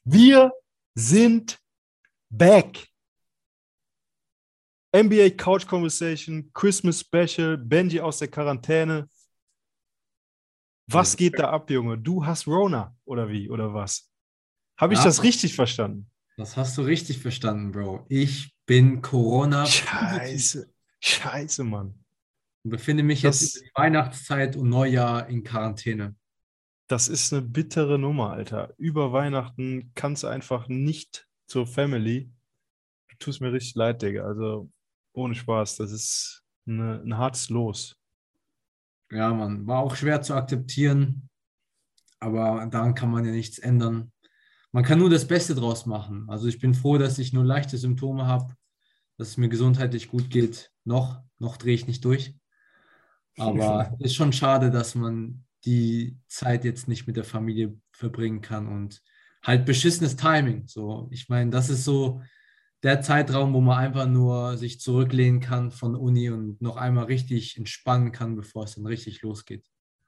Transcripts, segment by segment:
Wir sind back. NBA Couch Conversation, Christmas Special, Benji aus der Quarantäne. Was geht da ab, Junge? Du hast Rona, oder wie? Oder was? Habe ich Ja, das richtig verstanden? das hast du richtig verstanden, Bro. Ich bin Corona-positiv Scheiße. Scheiße, Mann. und befinde mich jetzt über Das, die Weihnachtszeit und Neujahr in Quarantäne. das ist eine bittere Nummer, Alter. Über Weihnachten kannst du einfach nicht zur Family. Du tust mir richtig leid, Digga. Also, ohne Spaß. Das ist ein hartes Los. Ja, Mann, war auch schwer zu akzeptieren, aber daran kann man ja nichts ändern. Man kann nur das Beste draus machen. Also ich bin froh, dass ich nur leichte Symptome habe, dass es mir gesundheitlich gut geht. Noch drehe ich nicht durch. Aber ist schon schade, dass man die Zeit jetzt nicht mit der Familie verbringen kann und halt beschissenes Timing. So, ich meine, das ist so der Zeitraum, wo man einfach nur sich zurücklehnen kann von Uni und noch einmal richtig entspannen kann, bevor es dann richtig losgeht.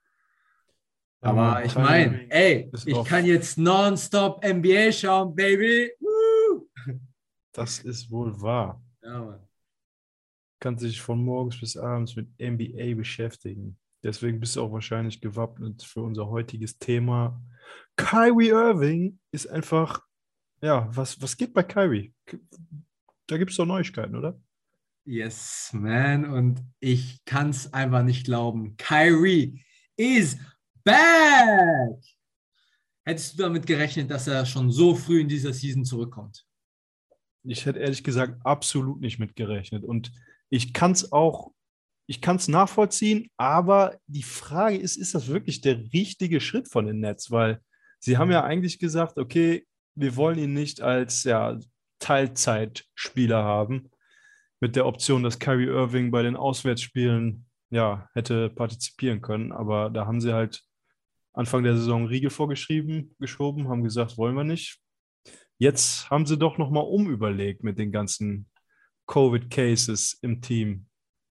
Ja, Aber Mann, ich meine, Timing ey, ist ich kann off. jetzt nonstop NBA schauen, Baby. Woo! Das ist wohl wahr. Ja, Mann. Kannst dich von morgens bis abends mit NBA beschäftigen. Deswegen bist du auch wahrscheinlich gewappnet für unser heutiges Thema. Kyrie Irving ist einfach, ja, was geht bei Kyrie? Da gibt es doch Neuigkeiten, oder? Yes, man. Und ich kann es einfach nicht glauben. Kyrie is back! Hättest du damit gerechnet, dass er schon so früh in dieser Season zurückkommt? Ich hätte ehrlich gesagt absolut nicht mitgerechnet. Und ich kann es auch, ich kann es nachvollziehen, aber die Frage ist das wirklich der richtige Schritt von den Nets? Weil sie haben ja eigentlich gesagt, okay, wir wollen ihn nicht als ja, Teilzeitspieler haben, mit der Option, dass Kyrie Irving bei den Auswärtsspielen ja, hätte partizipieren können. Aber da haben sie halt Anfang der Saison Riegel geschoben, haben gesagt, wollen wir nicht. Jetzt haben sie doch nochmal umüberlegt mit den ganzen Covid-Cases im Team.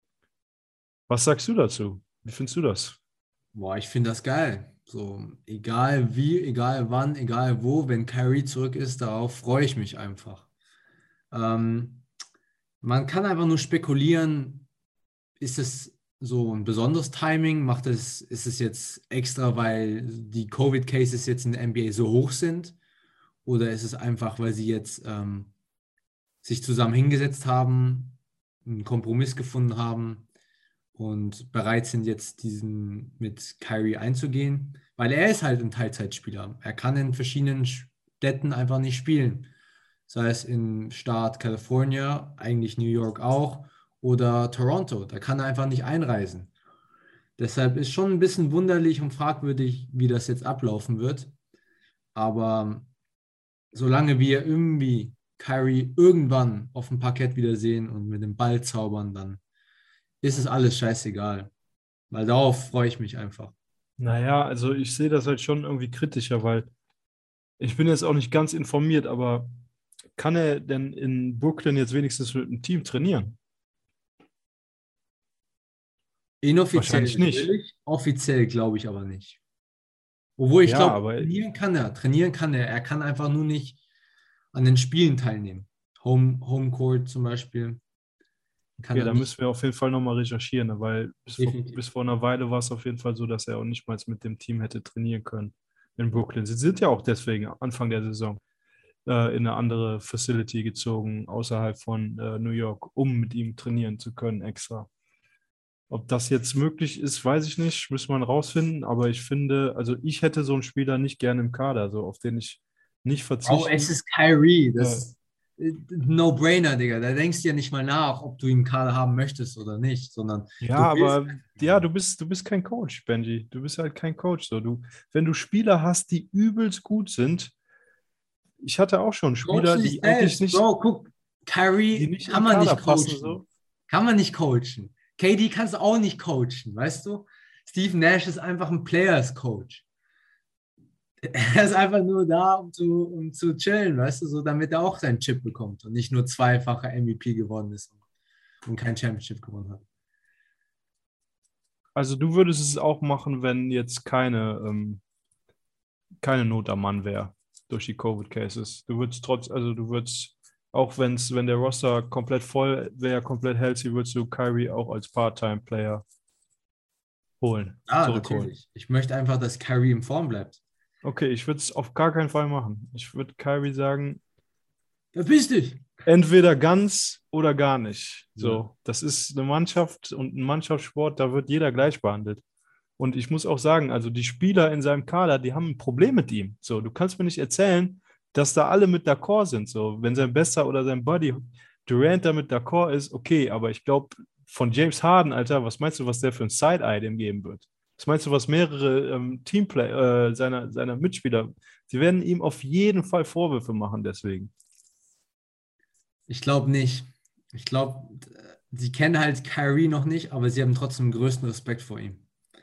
Was sagst du dazu? Wie findest du das? Boah, ich finde das geil. So, egal wie, egal wann, egal wo, wenn Kyrie zurück ist, darauf freue ich mich einfach. Ähm, Man kann einfach nur spekulieren, ist es so ein besonderes Timing? Ist es jetzt extra, weil die Covid-Cases jetzt in der NBA so hoch sind? Oder ist es einfach, weil sie jetzt sich zusammen hingesetzt haben, einen Kompromiss gefunden haben und bereit sind, jetzt diesen mit Kyrie einzugehen? Weil er ist halt ein Teilzeitspieler. Er kann in verschiedenen Städten einfach nicht spielen. Sei es im Staat California, eigentlich New York auch, oder Toronto. Da kann er einfach nicht einreisen. Deshalb ist schon ein bisschen wunderlich und fragwürdig, wie das jetzt ablaufen wird. Aber solange wir irgendwie Kyrie irgendwann auf dem Parkett wiedersehen und mit dem Ball zaubern, dann ist es alles scheißegal. Weil darauf freue ich mich einfach. Naja, also ich sehe das halt schon irgendwie kritischer, weil ich bin jetzt auch nicht ganz informiert, aber kann er denn in Brooklyn jetzt wenigstens mit dem Team trainieren? Inoffiziell Wahrscheinlich nicht. natürlich, offiziell glaube ich aber nicht. Obwohl ich Ja, glaube, aber trainieren kann er. Er kann einfach nur nicht an den Spielen teilnehmen. Homecourt zum Beispiel kann okay, er da nicht. müssen wir auf jeden Fall nochmal recherchieren, ne, weil Definitiv. bis vor einer Weile war es auf jeden Fall so, dass er auch nicht mal mit dem Team hätte trainieren können in Brooklyn. Sie sind ja auch deswegen Anfang der Saison in eine andere Facility gezogen, außerhalb von New York, um mit ihm trainieren zu können extra. Ob das jetzt möglich ist, weiß ich nicht, muss man rausfinden, aber ich finde, also ich hätte so einen Spieler nicht gerne im Kader, so auf den ich nicht Bro, es verzichten. ist Kyrie. Das Äh, ist No-Brainer, Digga. Da denkst du ja nicht mal nach, ob du ihn im Kader haben möchtest oder nicht, sondern ja, du willst aber ihn ja, haben. du bist kein Coach, Benji. Du bist halt kein Coach. So, wenn du Spieler hast, die übelst gut sind, ich hatte auch schon Coach Spieler, dich selbst, Bro. Guck, die Kyrie nicht in kann den man Kader nicht passen, coachen. so. Kann man nicht coachen. KD kannst du auch nicht coachen, weißt du? Steve Nash ist einfach ein Players Coach. Er ist einfach nur da, um zu chillen, weißt du, so damit er auch seinen Chip bekommt und nicht nur zweifacher MVP geworden ist und kein Championship gewonnen hat. Also du würdest es auch machen, wenn jetzt keine Not am Mann wäre. durch die Covid-Cases. Auch wenn der Roster komplett voll wäre, komplett healthy, würdest du Kyrie auch als Part-Time-Player zurückholen. Natürlich. Ich möchte einfach, dass Kyrie in Form bleibt. Okay, ich würde es auf gar keinen Fall machen. Ich würde Kyrie sagen, Verpiss dich! entweder ganz oder gar nicht. Ja. So, das ist eine Mannschaft und ein Mannschaftssport, da wird jeder gleich behandelt. Und ich muss auch sagen, also die Spieler in seinem Kader, die haben ein Problem mit ihm. So, du kannst mir nicht erzählen, dass da alle mit d'accord sind. So, wenn sein Bester oder sein Buddy Durant damit d'accord ist, okay, aber ich glaube, von James Harden, Alter, was meinst du, was der für ein Side-Eye dem geben wird? Was meinst du, was mehrere seiner Mitspieler, sie werden ihm auf jeden Fall Vorwürfe machen deswegen. Ich glaube nicht. Ich glaube, sie kennen halt Kyrie noch nicht, aber sie haben trotzdem größten Respekt vor ihm.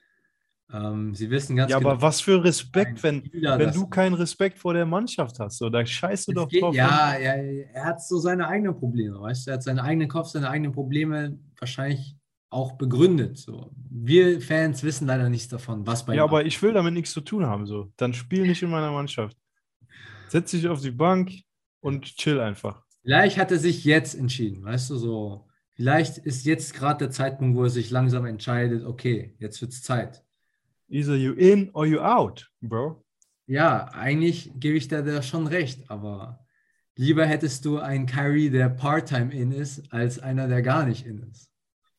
Sie wissen ganz Ja, genau, aber was für Respekt, ein Spieler, wenn das du keinen Respekt vor der Mannschaft hast. So, da scheißt du es doch geht, drauf, ja, ja, er hat so seine eigenen Probleme, weißt du, er hat seinen eigenen Kopf, seine eigenen Probleme wahrscheinlich auch begründet. So. Wir Fans wissen leider nichts davon, was bei ja, ihm aber abgeht. ich will damit nichts zu tun haben. So. Dann spiel nicht in meiner Mannschaft. Setz dich auf die Bank und chill einfach. Vielleicht hat er sich jetzt entschieden, weißt du, so. Vielleicht ist jetzt gerade der Zeitpunkt, wo er sich langsam entscheidet, okay, jetzt wird es Zeit. Either you in or you out, bro. Ja, eigentlich gebe ich da schon recht, aber lieber hättest du einen Kyrie, der Part-Time in ist, als einer, der gar nicht in ist.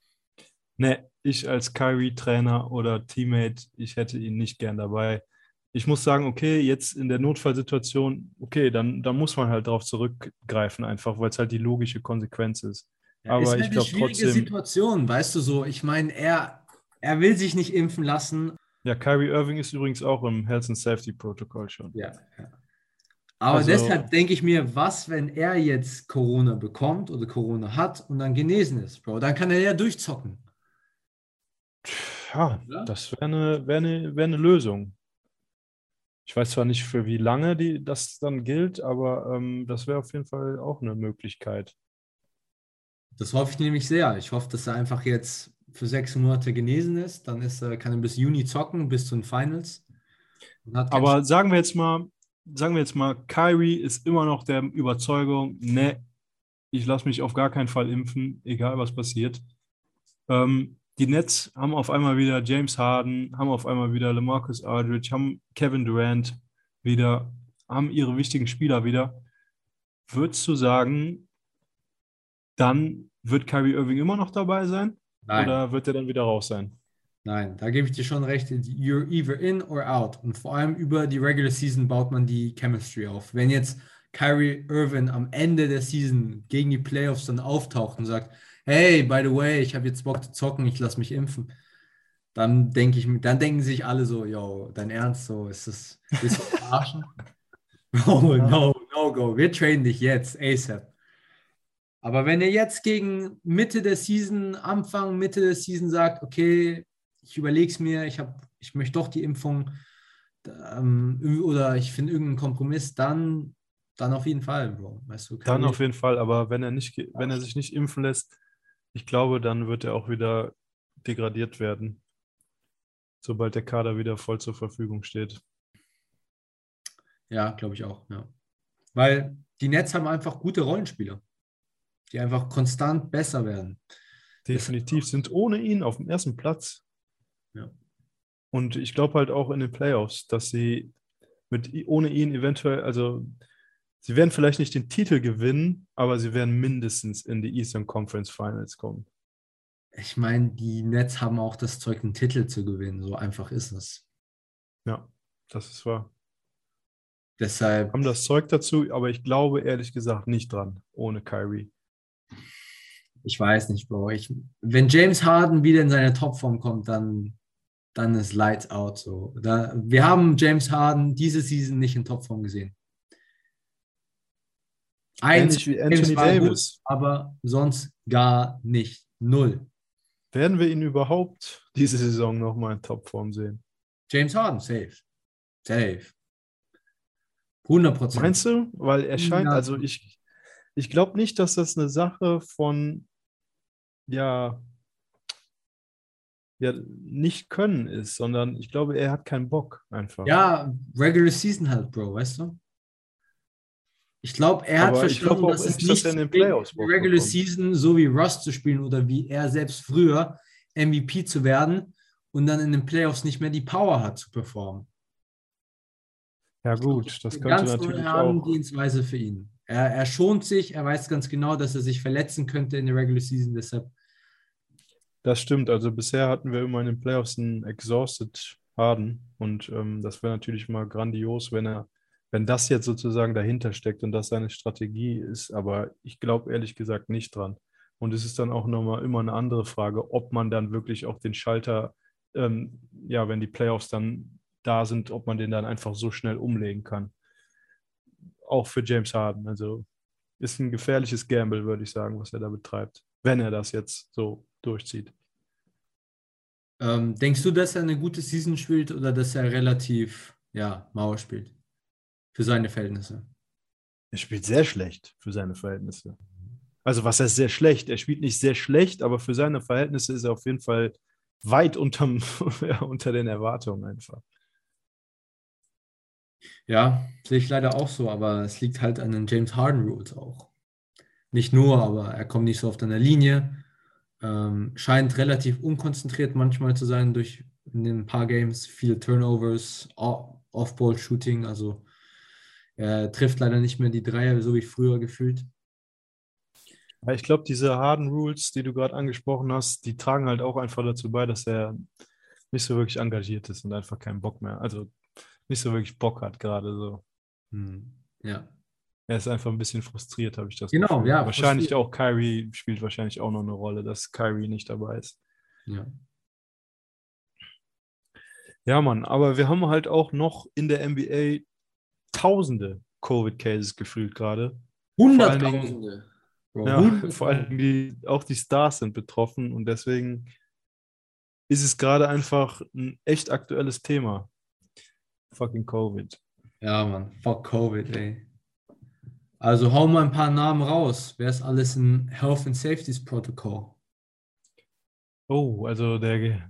Ne, ich als Kyrie-Trainer oder Teammate, ich hätte ihn nicht gern dabei. Ich muss sagen, okay, jetzt in der Notfallsituation, okay, dann muss man halt darauf zurückgreifen, einfach, weil es halt die logische Konsequenz ist. Ja, ist Aber halt ich eine glaube schwierige trotzdem, Situation, weißt du so. Ich meine, er will sich nicht impfen lassen. ja, Kyrie Irving ist übrigens auch im Health and Safety Protocol schon. Ja, ja. Aber Also, deshalb denke ich mir, was, wenn er jetzt Corona bekommt oder Corona hat und dann genesen ist, Bro? Dann kann er ja durchzocken. ja, Ja? das wär eine Lösung. Ich weiß zwar nicht, für wie lange das dann gilt, aber das wäre auf jeden Fall auch eine Möglichkeit. Das hoffe ich nämlich sehr. Ich hoffe, dass er einfach jetzt für 6 Monate genesen ist. Dann kann er bis Juni zocken, bis zu den Finals. Und hat keinen Aber sagen wir jetzt mal, Kyrie ist immer noch der Überzeugung, ne, ich lasse mich auf gar keinen Fall impfen, egal was passiert. Die Nets haben auf einmal wieder James Harden, haben auf einmal wieder LaMarcus Aldridge, haben Kevin Durant wieder, haben ihre wichtigen Spieler wieder. Würdest du sagen, dann wird Kyrie Irving immer noch dabei sein Nein, oder wird er dann wieder raus sein? nein, da gebe ich dir schon recht. You're either in or out. Und vor allem über die Regular Season baut man die Chemistry auf. Wenn jetzt Kyrie Irving am Ende der Season gegen die Playoffs dann auftaucht und sagt, hey, by the way, ich habe jetzt Bock zu zocken, ich lasse mich impfen, dann denken sich alle so, yo, dein Ernst, so ist das, willst du uns verarschen? No, Ja. no, no go. Wir traden dich jetzt, ASAP. Aber wenn er jetzt gegen Mitte der Season, Anfang, Mitte der Season sagt, okay, ich überlege es mir, ich möchte doch die Impfung oder ich finde irgendeinen Kompromiss, dann auf jeden Fall, Bro. Weißt du, Dann Kyrie, auf jeden Fall, aber wenn er sich nicht impfen lässt, ich glaube, dann wird er auch wieder degradiert werden, sobald der Kader wieder voll zur Verfügung steht. ja, glaube ich auch, ja. Weil die Nets haben einfach gute Rollenspieler, die einfach konstant besser werden. Deshalb, Definitiv sind ohne ihn auf dem ersten Platz. ja. Und ich glaube halt auch in den Playoffs, dass sie ohne ihn eventuell, also sie werden vielleicht nicht den Titel gewinnen, aber sie werden mindestens in die Eastern Conference Finals kommen. Ich meine, die Nets haben auch das Zeug, einen Titel zu gewinnen. So einfach ist es. Ja, das ist wahr. Deshalb, Haben das Zeug dazu, aber ich glaube ehrlich gesagt nicht dran, ohne Kyrie. ich weiß nicht, Bro. Wenn James Harden wieder in seine Topform kommt, dann ist Lights out. So. Wir haben James Harden diese Season nicht in Topform gesehen. Eins, Ähnlich wie James Anthony war gut, Davis. aber sonst gar nicht. Null. Werden wir ihn überhaupt diese Saison nochmal in Topform sehen? James Harden, safe. Safe. 100%. Meinst du? Weil er scheint, 100%. also ich glaube nicht, dass das eine Sache von, ja, ja, nicht können ist, sondern ich glaube, er hat keinen Bock einfach. Ja, Regular Season halt, Bro, weißt du? Ich glaube, er hat Aber ich glaube verstanden, auch dass es nicht, dass er nicht in den bringt, Playoffs in der Bock Regular bekommt. Season so wie Russ zu spielen oder wie er selbst früher MVP zu werden und dann in den Playoffs nicht mehr die Power hat zu performen. Ja Ich glaube, das gut, ist das eine könnte ganz neue natürlich auch. Herangehensweise für ihn. Er schont sich, er weiß ganz genau, dass er sich verletzen könnte in der Regular Season, deshalb, Das stimmt. Also bisher hatten wir immer in den Playoffs einen Exhausted Harden und das wäre natürlich mal grandios, wenn das jetzt sozusagen dahinter steckt und das seine Strategie ist. Aber ich glaube ehrlich gesagt nicht dran. Und es ist dann auch nochmal immer eine andere Frage, ob man dann wirklich auch den Schalter, ja, wenn die Playoffs dann da sind, ob man den dann einfach so schnell umlegen kann. Auch für James Harden. Also ist ein gefährliches Gamble, würde ich sagen, was er da betreibt, wenn er das jetzt so durchzieht. denkst du, dass er eine gute Season spielt oder dass er relativ, ja, Mauer spielt für seine Verhältnisse? Er spielt sehr schlecht für seine Verhältnisse. Also was heißt sehr schlecht? Er spielt nicht sehr schlecht, aber für seine Verhältnisse ist er auf jeden Fall weit ja, unter den Erwartungen einfach. Ja, sehe ich leider auch so, aber es liegt halt an den James Harden Rules auch. Nicht nur, aber er kommt nicht so oft an der Linie. Scheint relativ unkonzentriert manchmal zu sein durch in den paar Games, viele Turnovers, Off-Ball-Shooting, also er trifft leider nicht mehr die Dreier, so wie früher gefühlt. Aber ich glaube, diese harten Rules, die du gerade angesprochen hast, die tragen halt auch einfach dazu bei, dass er nicht so wirklich engagiert ist und einfach keinen Bock mehr, also nicht so wirklich Bock hat gerade so. Hm. Ja, Er ist einfach ein bisschen frustriert, habe ich das genau, Gefühl. ja, Wahrscheinlich frustriert. auch Kyrie spielt wahrscheinlich auch noch eine Rolle, dass Kyrie nicht dabei ist. Ja. Ja, Mann, aber wir haben halt auch noch in der NBA tausende Covid-Cases gefühlt gerade. Vor allen Dingen, Hunderttausende, Bro, ja, vor allen Hunderttausende. Dingen auch die Stars sind betroffen und deswegen ist es gerade einfach ein echt aktuelles Thema. Fucking Covid. Ja, Mann, fuck Covid, ey. Also hau mal ein paar Namen raus. Wer ist alles im Health and Safety Protocol? Oh, also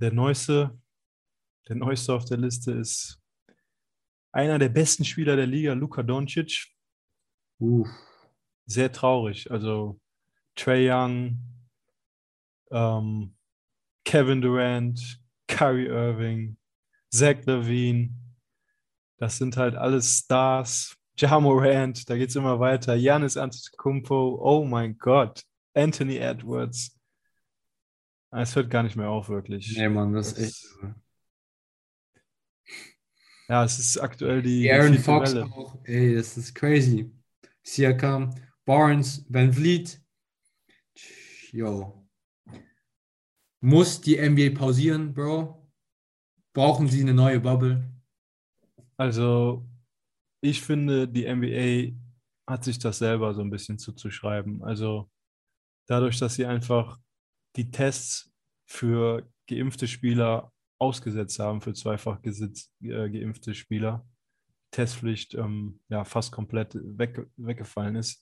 der neueste auf der Liste ist einer der besten Spieler der Liga, Luka Doncic. Uff. Sehr traurig. Also Trae Young, ähm, Kevin Durant, Kyrie Irving, Zach LaVine. Das sind halt alles Stars. Ja Morant, da geht es immer weiter. Giannis Antetokounmpo, oh mein Gott. Anthony Edwards. Es hört gar nicht mehr auf, wirklich. Nee, Mann, das ist echt. Das, ja, es ist aktuell die Aaron vierte Fox Welle. auch, ey, das ist crazy. Siakam, Barnes, Van Vliet. Yo. Muss die NBA pausieren, Bro? Brauchen sie eine neue Bubble? Also, ich finde, die NBA hat sich das selber so ein bisschen zuzuschreiben. Also, dadurch, dass sie einfach die Tests für geimpfte Spieler ausgesetzt haben, für geimpfte Spieler, Testpflicht ja fast komplett weggefallen ist,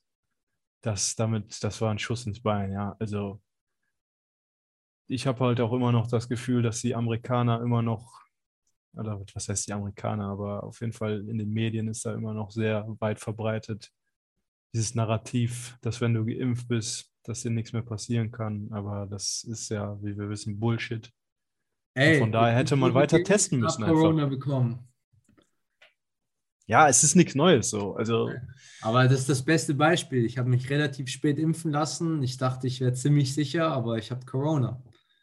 das war ein Schuss ins Bein, ja. Also ich habe halt auch immer noch das Gefühl, dass die Amerikaner immer noch, oder was heißt die Amerikaner, aber auf jeden Fall in den Medien ist da immer noch sehr weit verbreitet, dieses Narrativ, dass wenn du geimpft bist, dass dir nichts mehr passieren kann. Aber das ist ja, wie wir wissen, Bullshit. Und von Ey, daher hätte ich man wurde weiter geimpft testen und hab müssen einfach. Corona bekommen. Ja, es ist nichts Neues so. Also Aber das ist das beste Beispiel. Ich habe mich relativ spät impfen lassen. Ich dachte, ich wäre ziemlich sicher, aber ich habe Corona.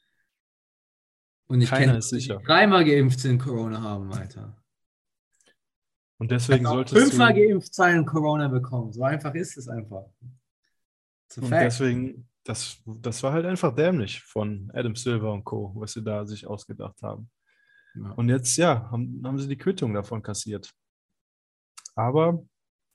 Und ich kenne keiner ist Leute, die sicher. dreimal geimpft sind, Corona haben, Alter. Und Ich deswegen kann auch solltest fünfmal du, geimpft sein und Corona bekommen. So einfach ist es einfach. It's a und fact. deswegen, das war halt einfach dämlich von Adam Silver und Co., was sie da sich ausgedacht haben. Ja. Und jetzt, ja, haben sie die Quittung davon kassiert. Aber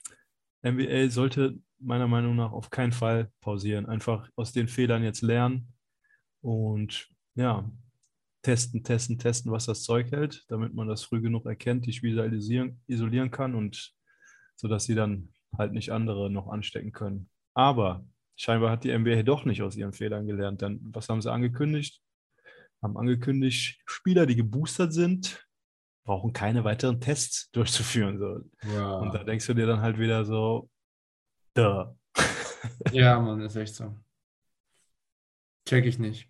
NBA sollte meiner Meinung nach auf keinen Fall pausieren. Einfach aus den Fehlern jetzt lernen und ja, testen, testen, testen, was das Zeug hält, damit man das früh genug erkennt, die Spieler isolieren kann und sodass sie dann halt nicht andere noch anstecken können. Aber scheinbar hat die NBA doch nicht aus ihren Fehlern gelernt. Denn was haben sie angekündigt? Haben angekündigt, Spieler, die geboostert sind, brauchen keine weiteren Tests durchzuführen. So. Und da Bro. denkst du dir dann halt wieder so, Duh. Ja, Mann, ist echt so. Check ich nicht.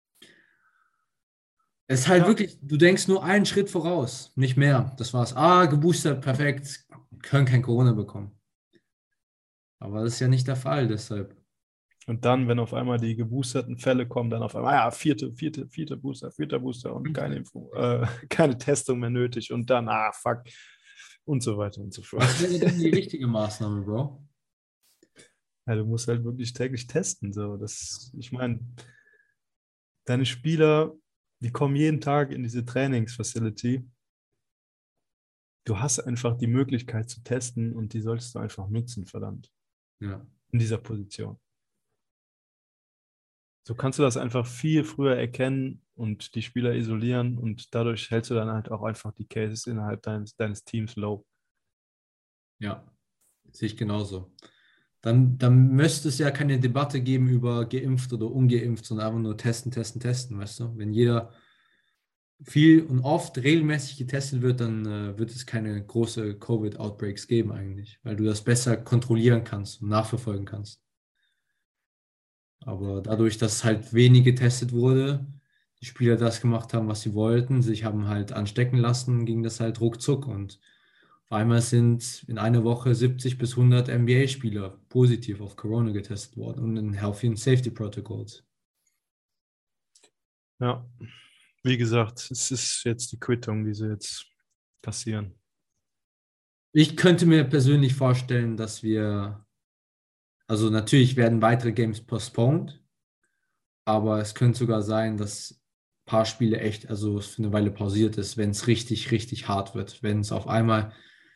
Es ist halt Ja, wirklich, du denkst nur einen Schritt voraus, nicht mehr. Das war's. Geboostert, perfekt, können kein Corona bekommen. Aber das ist ja nicht der Fall, deshalb. und dann, wenn auf einmal die geboosterten Fälle kommen, dann auf einmal, ja, vierter Booster und keine Impfung, keine Testung mehr nötig und dann, fuck, und so weiter und so fort. Was wäre denn die richtige Maßnahme, Bro? Ja, du musst halt wirklich täglich testen. So. Ich meine, deine Spieler, die kommen jeden Tag in diese Trainingsfacility. Du hast einfach die Möglichkeit zu testen und die solltest du einfach nutzen, verdammt, Ja. in dieser Position. So kannst du das einfach viel früher erkennen und die Spieler isolieren und dadurch hältst du dann halt auch einfach die Cases innerhalb deines Teams low. Ja, sehe ich genauso. Dann müsste es ja keine Debatte geben über geimpft oder ungeimpft, sondern einfach nur testen, testen, testen, weißt du? Wenn jeder viel und oft regelmäßig getestet wird, dann wird es keine große Covid-Outbreaks geben eigentlich, weil du das besser kontrollieren kannst und nachverfolgen kannst. Aber dadurch, dass halt wenig getestet wurde, die Spieler das gemacht haben, was sie wollten, sich haben halt anstecken lassen, ging das halt ruckzuck und auf einmal sind in einer Woche 70 bis 100 NBA-Spieler positiv auf Corona getestet worden und in Healthy and Safety Protocols. Ja, wie gesagt, es ist jetzt die Quittung, die sie jetzt kassieren. Ich könnte mir persönlich vorstellen, dass also natürlich werden weitere Games postponed, aber es könnte sogar sein, dass ein paar Spiele echt, also es für eine Weile pausiert ist, wenn es richtig, richtig hart wird. Wenn es auf einmal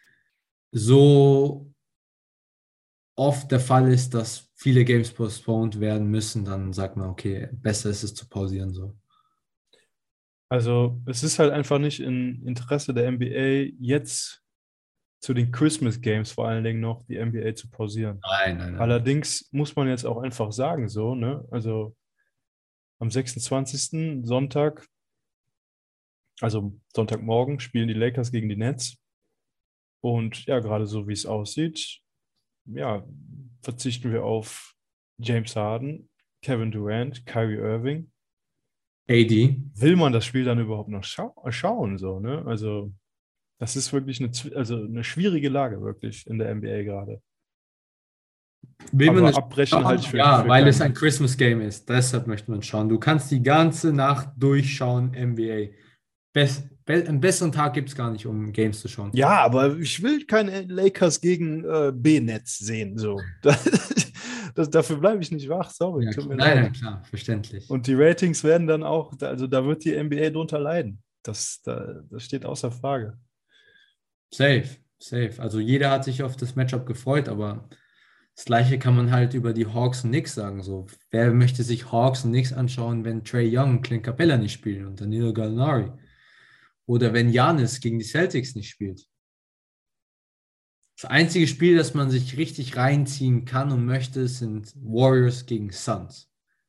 so oft der Fall ist, dass viele Games postponed werden müssen, dann sagt man, okay, besser ist es zu pausieren so. Also es ist halt einfach nicht im Interesse der NBA, jetzt zu den Christmas Games vor allen Dingen noch die NBA zu pausieren. Nein, nein, nein, nein. Allerdings muss man jetzt auch einfach sagen, so, ne? Also am 26. Sonntag, also Sonntagmorgen, spielen die Lakers gegen die Nets. Und ja, gerade so wie es aussieht, ja, verzichten wir auf James Harden, Kevin Durant, Kyrie Irving. AD. Will man das Spiel dann überhaupt noch schauen? So, ne? Also, das ist wirklich eine schwierige Lage, wirklich in der NBA gerade. Will man Aber es abbrechen halte schauen? ich Ja, für weil es keinen. ein Christmas Game ist. Deshalb möchte man schauen. Du kannst die ganze Nacht durchschauen, NBA. Einen besseren Tag gibt es gar nicht, um Games zu schauen. Ja, aber ich will keine Lakers gegen B-Netz sehen. So. Dafür bleibe ich nicht wach, sorry, Ja, tut mir nein, leid. nein, klar, verständlich. Und die Ratings werden dann auch, also da wird die NBA drunter leiden. Das steht außer Frage. Safe, safe. Also jeder hat sich auf das Matchup gefreut, aber das Gleiche kann man halt über die Hawks und Knicks sagen. So, wer möchte sich Hawks und Knicks anschauen, wenn Trae Young und Clint Capella nicht spielen und Danilo Gallinari? Oder wenn Giannis gegen die Celtics nicht spielt? Das einzige Spiel, das man sich richtig reinziehen kann und möchte, sind Warriors gegen Suns.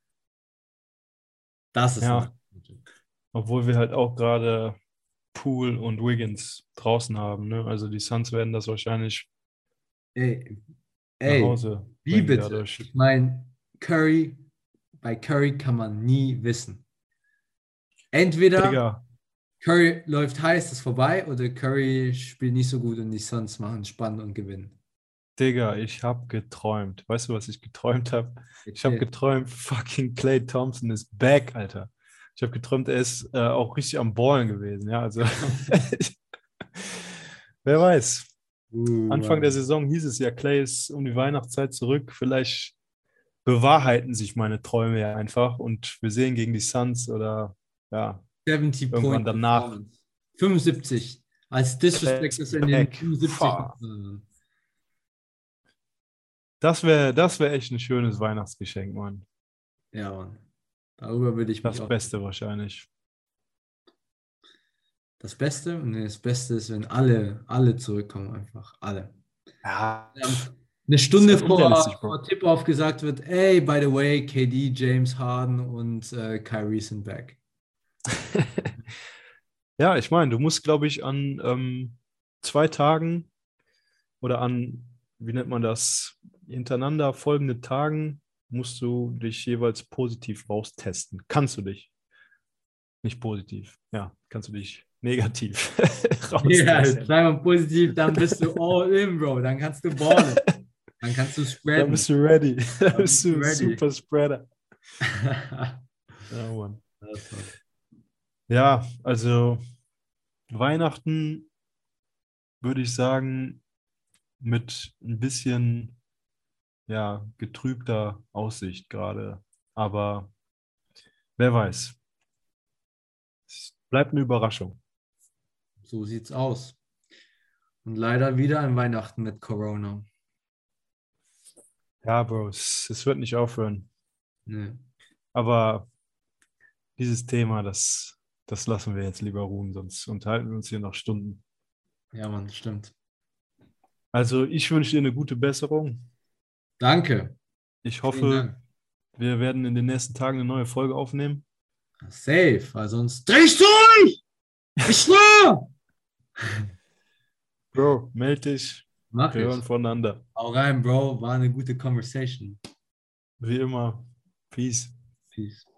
Das ist Ja, interessant. obwohl wir halt auch gerade Poole und Wiggins draußen haben. Ne? Also die Suns werden das wahrscheinlich Ey, nach ey, Hause wie bringen bitte? dadurch. Ich meine, bei Curry kann man nie wissen. Entweder Digga, Curry läuft heiß, ist vorbei, oder Curry spielt nicht so gut und die Suns machen spannend und gewinnen. Digga, ich habe geträumt. Weißt du, was ich geträumt habe? Ich habe Erzähl. geträumt, fucking Klay Thompson ist back, Alter. Ich habe geträumt, er ist auch richtig am Ballen gewesen. Ja, also wer weiß. Anfang der Mann. Saison hieß es ja, Klay ist um die Weihnachtszeit zurück. Vielleicht bewahrheiten sich meine Träume ja einfach und wir sehen gegen die Suns oder ja, 70 irgendwann Point danach. Performance. 75. Als Klay Disrespect, ist dass er in den back. 75. Fuck. Das wär echt ein schönes Weihnachtsgeschenk, Mann. Ja, Mann. Darüber würde ich mich Das auch. Beste wahrscheinlich. Das Beste? Nee, das Beste ist, wenn alle zurückkommen, einfach. Alle. Ja, Eine ist Stunde halt unrealistisch, Bro. vor Tip-Off gesagt wird, ey, by the way, KD, James Harden und Kyrie sind back. Ja, ich meine, du musst, glaube ich, an 2 Tagen oder an, wie nennt man das? hintereinander folgende Tagen musst du dich jeweils positiv raustesten. Kannst du dich? Nicht positiv. Ja, kannst du dich negativ Ja, raustesten. zweimal positiv, dann bist du all in, Bro. Dann kannst du ballen. Dann kannst du Dann spreaden. bist du ready. Dann Dann bist bist du du ein ready. Super Spreader. Ja, Mann. Das war's. Ja, also Weihnachten würde ich sagen, mit ein bisschen ja, getrübter Aussicht gerade. Aber wer weiß. Es bleibt eine Überraschung. So sieht's aus. Und leider wieder ein Weihnachten mit Corona. Ja, Bro, es wird nicht aufhören. Nee. Aber dieses Thema, das lassen wir jetzt lieber ruhen, sonst unterhalten wir uns hier noch Stunden. Ja, Mann, stimmt. Also ich wünsche dir eine gute Besserung. Danke. Ich Vielen hoffe, Dank. wir werden in den nächsten Tagen eine neue Folge aufnehmen. Safe, weil sonst drehst du durch! Ich schwör! Bro, melde dich. Mach Wir hören ich. voneinander. Hau rein, Bro. War eine gute Conversation. Wie immer. Peace. Peace.